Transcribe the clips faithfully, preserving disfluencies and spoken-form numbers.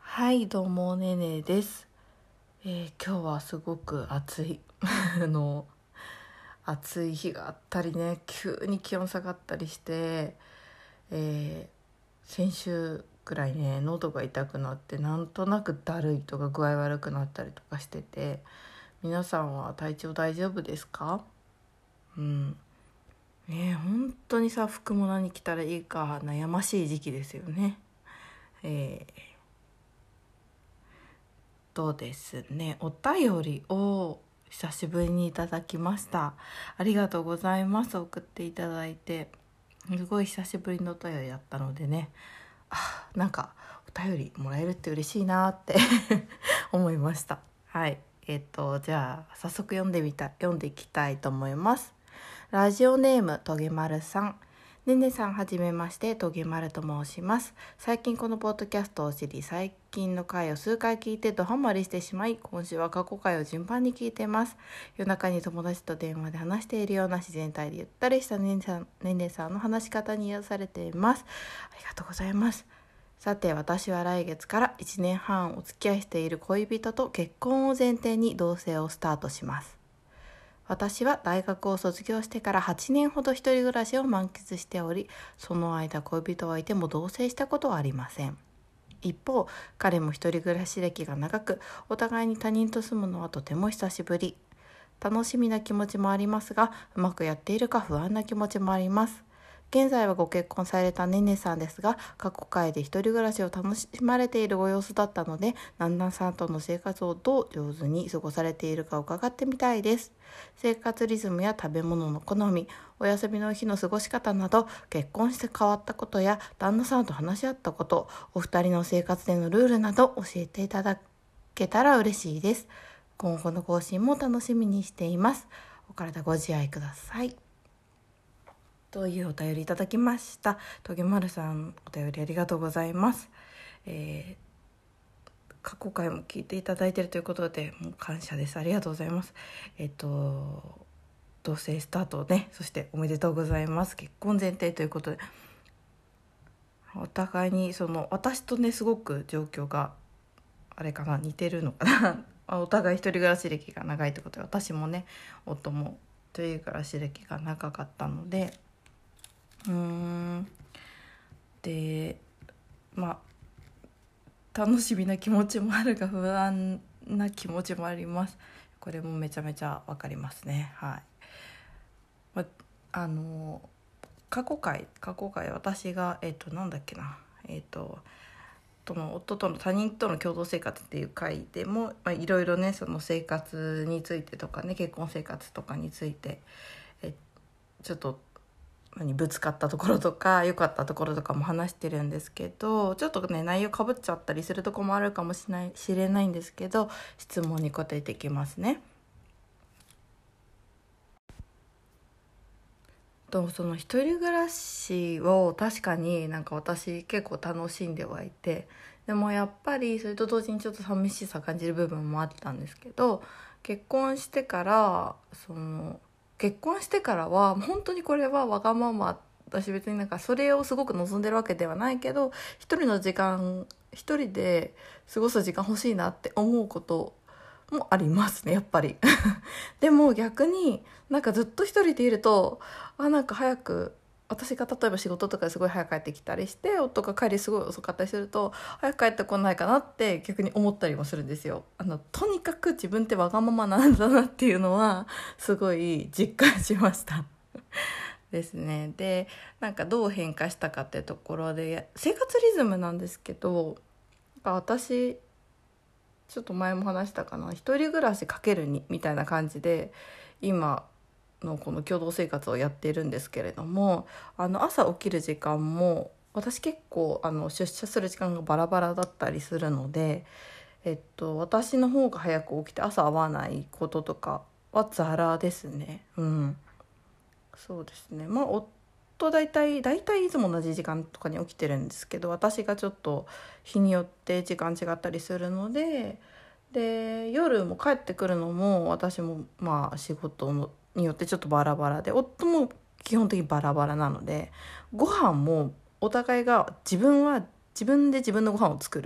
はいどうもねねです、えー、今日はすごく暑いあの暑い日があったりね、急に気温下がったりして、えー、先週くらいね喉が痛くなって、なんとなくだるいとか具合悪くなったりとかしてて、皆さんは体調大丈夫ですか？うんね、本当にさ、服も何着たらいいか悩ましい時期ですよね。えーとですね、お便りを久しぶりにいただきました。ありがとうございます。送っていただいて、すごい久しぶりのお便りだったのでね、あ、なんかお便りもらえるって嬉しいなって思いました。はい、えっとじゃあ早速読んでみた読んでいきたいと思います。ラジオネームとげまるさん。ねねさん、はじめまして、とげまると申します。最近このポッドキャストを知り、最近の回を数回聞いてドハマりしてしまい、今週は過去回を順番に聞いています。夜中に友達と電話で話しているような自然体でゆったりしたねねさん、ねねさんの話し方に癒されています。ありがとうございます。さて、私は来月からいちねんはんお付き合いしている恋人と結婚を前提に同棲をスタートします。私は大学を卒業してからはちねんほど一人暮らしを満喫しており、その間恋人はいても同棲したことはありません。一方、彼も一人暮らし歴が長く、お互いに他人と住むのはとても久しぶり。楽しみな気持ちもありますが、うまくやっているか不安な気持ちもあります。現在はご結婚されたねねさんですが、過去回で一人暮らしを楽しまれているご様子だったので、旦那さんとの生活をどう上手に過ごされているか伺ってみたいです。生活リズムや食べ物の好み、お休みの日の過ごし方など、結婚して変わったことや旦那さんと話し合ったこと、お二人の生活でのルールなど教えていただけたら嬉しいです。今後の更新も楽しみにしています。お体ご自愛ください。というお便りいただきました。とげまるさん、お便りありがとうございます。えー、過去回も聞いていただいているということで、もう感謝です。ありがとうございます。えっと同棲スタートね、そしておめでとうございます。結婚前提ということで、お互いにその私とねすごく状況があれかな、似てるのかなお互い一人暮らし歴が長いということで、私もね夫も一人暮らし歴が長かったので、うーんでまあ楽しみな気持ちもあるが不安な気持ちもあります。これもめちゃめちゃわかりますね。はい、まあの過去回過去回私がえっ、となんだっけなえっ、ととの夫との他人との共同生活っていう回でもいろいろね、その生活についてとかね、結婚生活とかについてえちょっと何ぶつかったところとか良かったところとかも話してるんですけど、ちょっとね内容かぶっちゃったりするところもあるかもしれない、しれないんですけど、質問に答えていきますね。とその一人暮らしを確かになんか私結構楽しんではいて、でもやっぱりそれと同時にちょっと寂しさ感じる部分もあったんですけど、結婚してからその結婚してからは本当にこれはわがまま、私別になんかそれをすごく望んでるわけではないけど、一人の時間一人で過ごす時間欲しいなって思うこともありますね、やっぱりでも逆になんかずっと一人でいると、あなんか早く、私が例えば仕事とかですごい早く帰ってきたりして、夫が帰りすごい遅かったりすると、早く帰ってこないかなって逆に思ったりもするんですよ。あのとにかく自分ってわがままなんだなっていうのはすごい実感しましたですね。でなんかどう変化したかってところで、生活リズムなんですけど、なんか私ちょっと前も話したかな、一人暮らしかけるにみたいな感じで今のこの共同生活をやっているんですけれども、あの朝起きる時間も私結構あの出社する時間がバラバラだったりするので、えっと、私の方が早く起きて朝会わないこととかはザラですね。うんそうですね。まあ夫大体大体いつも同じ時間とかに起きてるんですけど、私がちょっと日によって時間違ったりするので、で夜も帰ってくるのも私もまあ仕事のによってちょっとバラバラで、夫も基本的にバラバラなので、ご飯もお互いが自分は自分で自分のご飯を作る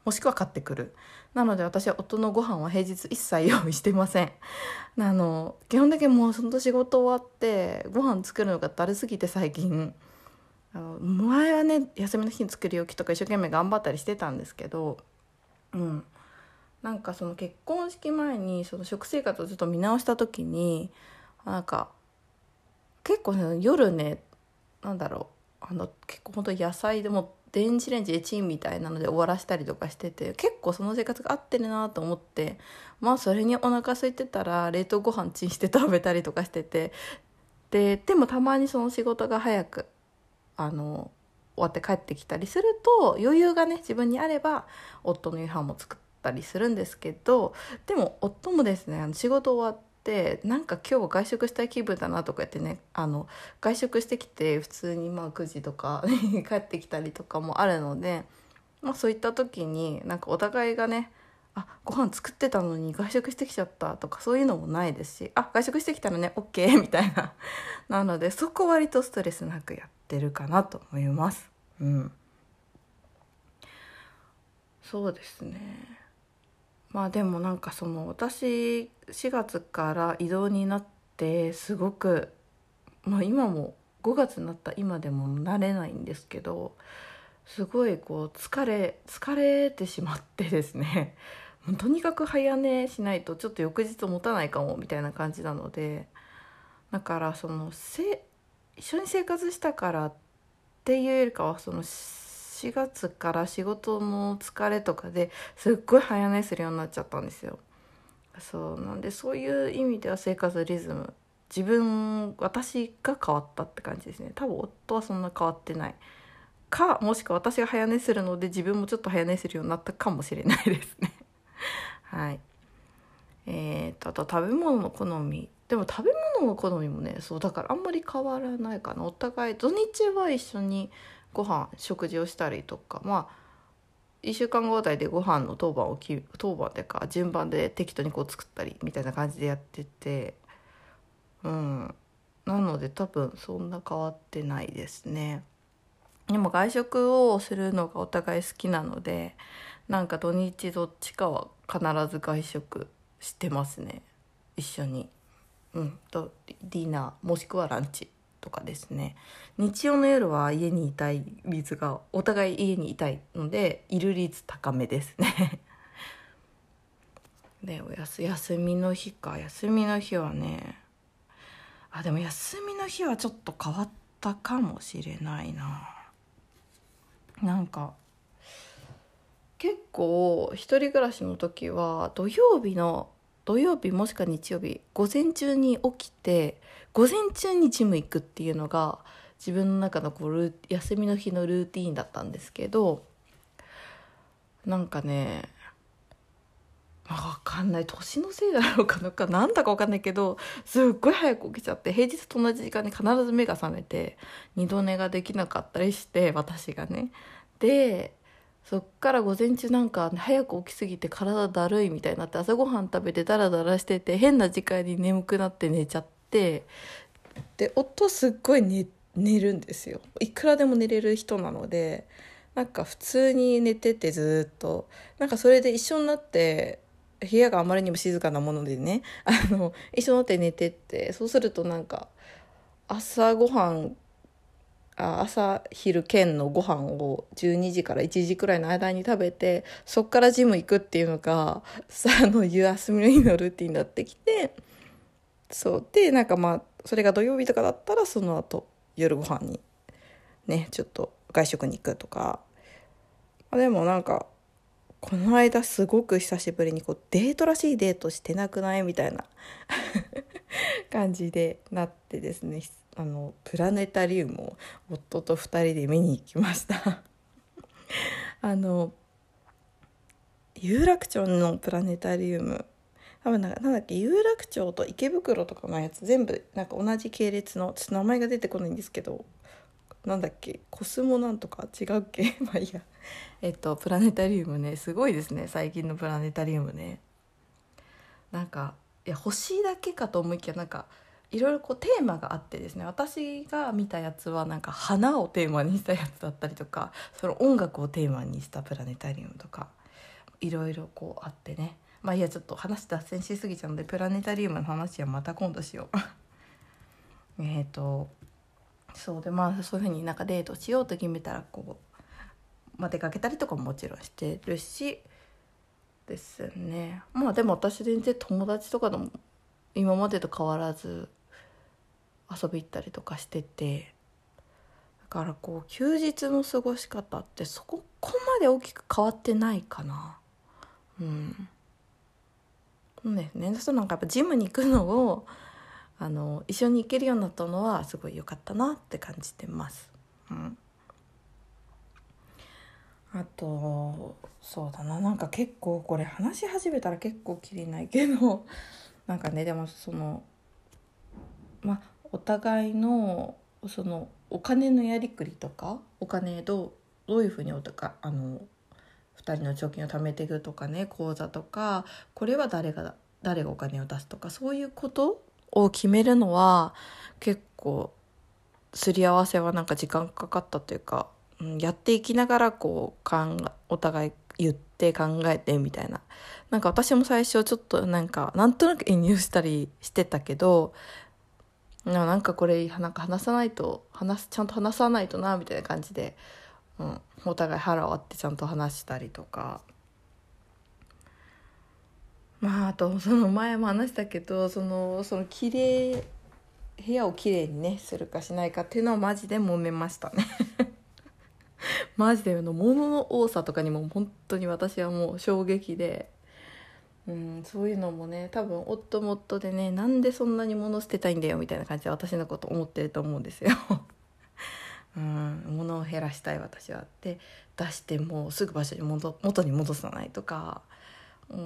もしくは買ってくる。なので私は夫のご飯は平日一切用意してません。あの基本的にもうその仕事終わってご飯作るのがだるすぎて最近、あの前はね休みの日に作り置きとか一生懸命頑張ったりしてたんですけど、うんなんかその結婚式前にその食生活をちょっと見直した時に、なんか結構ね夜ねなんだろうあの結構本当野菜でも電子レンジでチンみたいなので終わらしたりとかしてて、結構その生活が合ってるなと思って、まあそれにお腹空いてたら冷凍ご飯チンして食べたりとかしてて、ででもたまにその仕事が早くあの終わって帰ってきたりすると余裕がね自分にあれば夫の夕飯も作ったりするんですけど、でも夫もですねあの仕事終わってなんか今日外食したい気分だなとか言ってねあの外食してきて普通にまあくじとかに帰ってきたりとかもあるので、まあ、そういった時になんかお互いがねあご飯作ってたのに外食してきちゃったとかそういうのもないですし、あ外食してきたのね OK みたいななのでそこ割とストレスなくやってるかなと思います。うんそうですね。まあでもなんかその私しがつから異動になってすごく、まあ、今もごがつになった今でも慣れないんですけど、すごいこう疲れ疲れてしまってですねもうとにかく早寝しないとちょっと翌日持たないかもみたいな感じなので、だからそのせ一緒に生活したからっていうよりかはそのしがつから仕事の疲れとかですっごい早寝するようになっちゃったんですよ。そうなんでそういう意味では生活リズム自分私が変わったって感じですね。多分夫はそんな変わってないか、もしくは私が早寝するので自分もちょっと早寝するようになったかもしれないですねはいえーとあと食べ物の好み、でも食べ物の好みもねそうだからあんまり変わらないかな。お互い土日は一緒にご飯食事をしたりとか、まあいっしゅうかんご代でご飯の当番をき当番っていうか順番で適当にこう作ったりみたいな感じでやってて、うんなので多分そんな変わってないですね。でも外食をするのがお互い好きなので、なんか土日どっちかは必ず外食してますね一緒に。うんとディナーもしくはランチとかですね。日曜の夜は家にいたい率がお互い家にいたいのでいる率高めですねでおやす休みの日か休みの日はねあでも休みの日はちょっと変わったかもしれないな。なんか結構一人暮らしの時は土曜日の土曜日もしくは日曜日午前中に起きて午前中にジム行くっていうのが自分の中のこうルー休みの日のルーティーンだったんですけど、なんかね分かんない年のせいだろうかなんかなんだか分かんないけどすっごい早く起きちゃって平日と同じ時間に必ず目が覚めて二度寝ができなかったりして私がね。でそっから午前中なんか早く起きすぎて体だるいみたいになって朝ごはん食べてダラダラしてて変な時間に眠くなって寝ちゃって、で夫すっごい 寝, 寝るんですよ。いくらでも寝れる人なのでなんか普通に寝ててずっとなんかそれで一緒になって部屋があまりにも静かなものでねあの一緒になって寝てって、そうするとなんか朝ごはんあ朝昼兼のご飯をじゅうにじからいちじくらいの間に食べてそっからジム行くっていうのがさあの休みの日のルーティンになってきて、そうでなんかまあそれが土曜日とかだったらその後夜ご飯にねちょっと外食に行くとか。でもなんかこの間すごく久しぶりにこうデートらしいデートしてなくないみたいな感じでなってですね、あのプラネタリウムを夫とふたりで見に行きましたあの有楽町のプラネタリウム多分なんかなんだっけ有楽町と池袋とかのやつ全部なんか同じ系列のちょっと名前が出てこないんですけど、なんだっけコスモなんとか違うっけまあいいやえっとプラネタリウムねすごいですね最近のプラネタリウムね。なんかいや星だけかと思いきやなんかいろいろこうテーマがあってですね、私が見たやつはなんか花をテーマにしたやつだったりとか、その音楽をテーマにしたプラネタリウムとかいろいろこうあってね、まあいいや、ちょっと話脱線しすぎちゃうのでプラネタリウムの話はまた今度しようえっとそうで、まあそういう風になんかデートしようと決めたらこう、まあ、出かけたりとかももちろんしてるしですね。まあでも私全然友達とかでも今までと変わらず遊び行ったりとかしてて、だからこう休日の過ごし方ってそこまで大きく変わってないかな。うんそうですね。そうなんかやっぱジムに行くのをあの一緒に行けるようになったのはすごい良かったなって感じてます。うん、あとそうだな、なんか結構これ話し始めたら結構きりないけどなんかね、でもそのまあお互いのそのお金のやりくりとか、お金どうどういうふうにお互いあのふたりの貯金を貯めていくとかね、口座とかこれは誰が誰がお金を出すとか、そういうことを決めるのは結構すり合わせはなんか時間かかったというか、うん、やっていきながらこう考えお互い言って考えてみたいな、なんか私も最初ちょっとなんかなんとなく遠慮したりしてたけど、なんかこれなんか話さないと話すちゃんと話さないとなみたいな感じで、うん、お互い腹割ってちゃんと話したりとか、まああとその前も話したけど、そのその綺麗部屋をきれいにねするかしないかっていうのはマジで揉めましたねマジでの物の多さとかにも本当に私はもう衝撃で、うん、そういうのもね多分夫も夫でね、なんでそんなに物捨てたいんだよみたいな感じで私のこと思ってると思うんですようん、物を減らしたい私はって出してもうすぐ場所に戻元に戻さないとか、うん、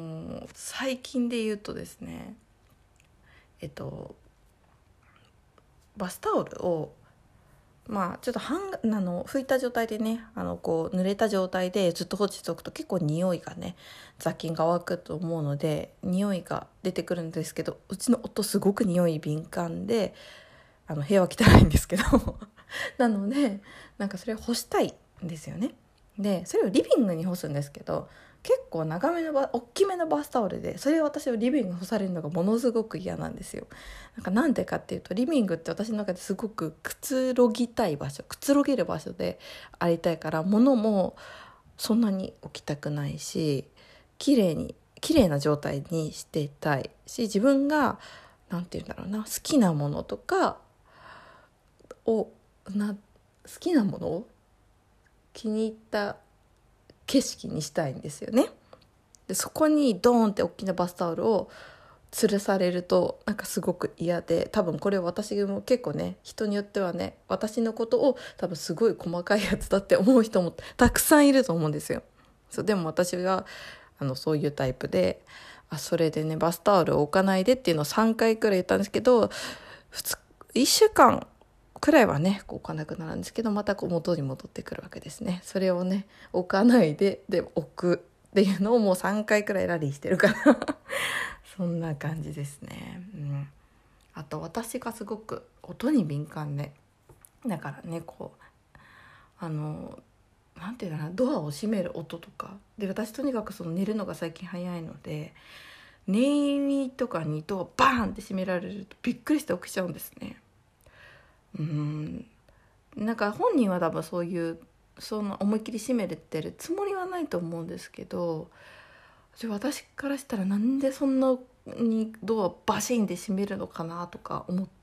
最近で言うとですね、えっとバスタオルをまあちょっと半あの拭いた状態でね、あのこう濡れた状態でずっと放置しておくと結構匂いがね、雑菌が湧くと思うので匂いが出てくるんですけど、うちの夫すごく匂い敏感で、あの部屋は汚いんですけどなのでなんかそれを干したいんですよね。でそれをリビングに干すんですけど、結構長めのバ大きめのバスタオルでそれを私をリビングに干されるのがものすごく嫌なんですよ。なんかなんでかっていうと、リビングって私の中ですごくくつろぎたい場所、くつろげる場所でありたいから、物もそんなに置きたくないし、綺麗に綺麗な状態にしていたいし、自分がなんていうんだろうな、好きなものとかをな好きなものを気に入った景色にしたいんですよね。でそこにドーンって大きなバスタオルを吊るされるとなんかすごく嫌で、多分これ私も結構ね、人によってはね、私のことを多分すごい細かいやつだって思う人もたくさんいると思うんですよ。そうでも私があのそういうタイプで、あそれでねバスタオルを置かないでっていうのをさんかいくらい言ったんですけど、いっしゅうかんくらいはねこう置かなくなるんですけど、またこう元に戻ってくるわけですね。それをね置かないでで置くっていうのをもうさんかいくらいラリーしてるからそんな感じですね。うん、あと私がすごく音に敏感で、だからねこうあのなんていうかな、ドアを閉める音とかで、私とにかくその寝るのが最近早いので、寝入りとかにドアバーンって閉められるとびっくりして起きちゃうんですね。うんなんか本人は多分そういうその思いっきり閉めれてるつもりはないと思うんですけど、私からしたらなんでそんなにドアバシンで閉めるのかなとか思って、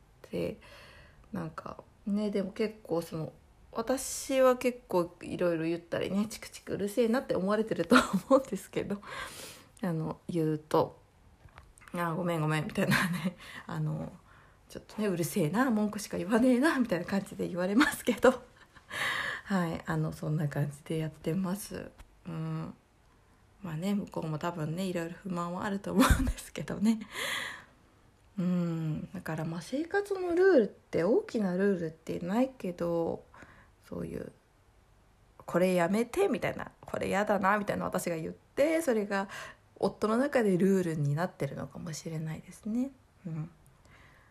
なんかね、でも結構その私は結構いろいろ言ったりね、チクチクうるせえなって思われてると思うんですけど、あの言うとあごめんごめんみたいなね、あのちょっとねうるせえな文句しか言わねえなみたいな感じで言われますけどはいあのそんな感じでやってます。うんまあね向こうも多分ねいろいろ不満はあると思うんですけどね。うんだからまあ生活のルールって大きなルールってないけど、そういうこれやめてみたいな、これやだなみたいな私が言って、それが夫の中でルールになってるのかもしれないですね。うんで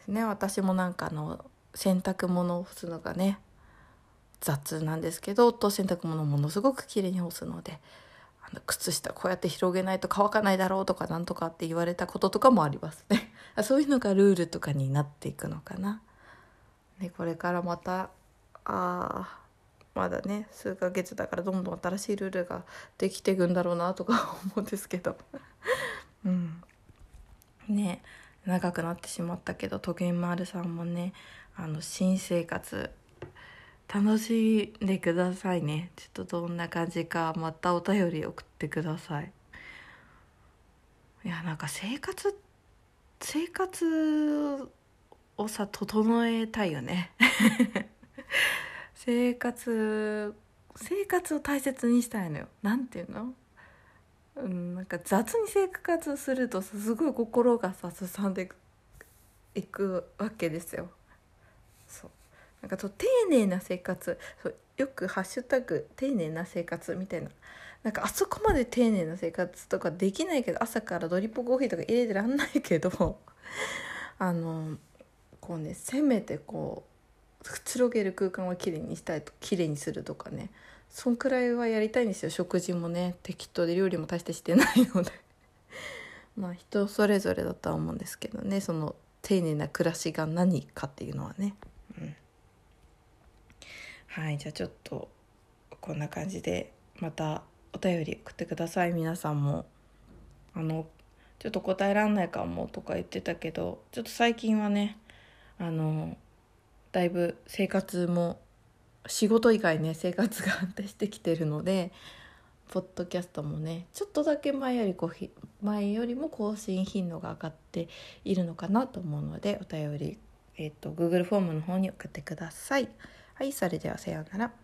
ね。私もなんかあの洗濯物を干すのがね雑なんですけど、夫洗濯物をものすごく綺麗に干すので、あの靴下こうやって広げないと乾かないだろうとかなんとかって言われたこととかもありますね。そういうのがルールとかになっていくのかな。でこれからまたあまだね数ヶ月だからどんどん新しいルールができていくんだろうなとか思うんですけどうんね、長くなってしまったけど、とげんまるさんもねあの新生活楽しんでくださいね。ちょっとどんな感じかまたお便り送ってください。いやなんか生活生活をさ整えたいよね生活生活を大切にしたいのよ。なんていうの、うん、なんか雑に生活するとすごい心がさすさんでいくわけですよ。そうなんかそう丁寧な生活、そうよくハッシュタグ丁寧な生活みたいな、なんかあそこまで丁寧な生活とかできないけど、朝からドリップコーヒーとか入れてらんないけどあのこうねせめてこうくつろげる空間はきれいにしたいと、きれいにするとかね、そんくらいはやりたいんですよ。食事もね適当で料理も大してしてないのでまあ人それぞれだとは思うんですけどね、その丁寧な暮らしが何かっていうのはね、うん、はい。じゃあちょっとこんな感じでまたお便り送ってください。皆さんもあのちょっと答えらんないかもとか言ってたけど、ちょっと最近はねあのだいぶ生活も仕事以外ね生活が安定してきてるので、ポッドキャストもねちょっとだけ前よりこう前よりも更新頻度が上がっているのかなと思うので、お便り、えーと、Google フォームの方に送ってください。はい、それではさようなら。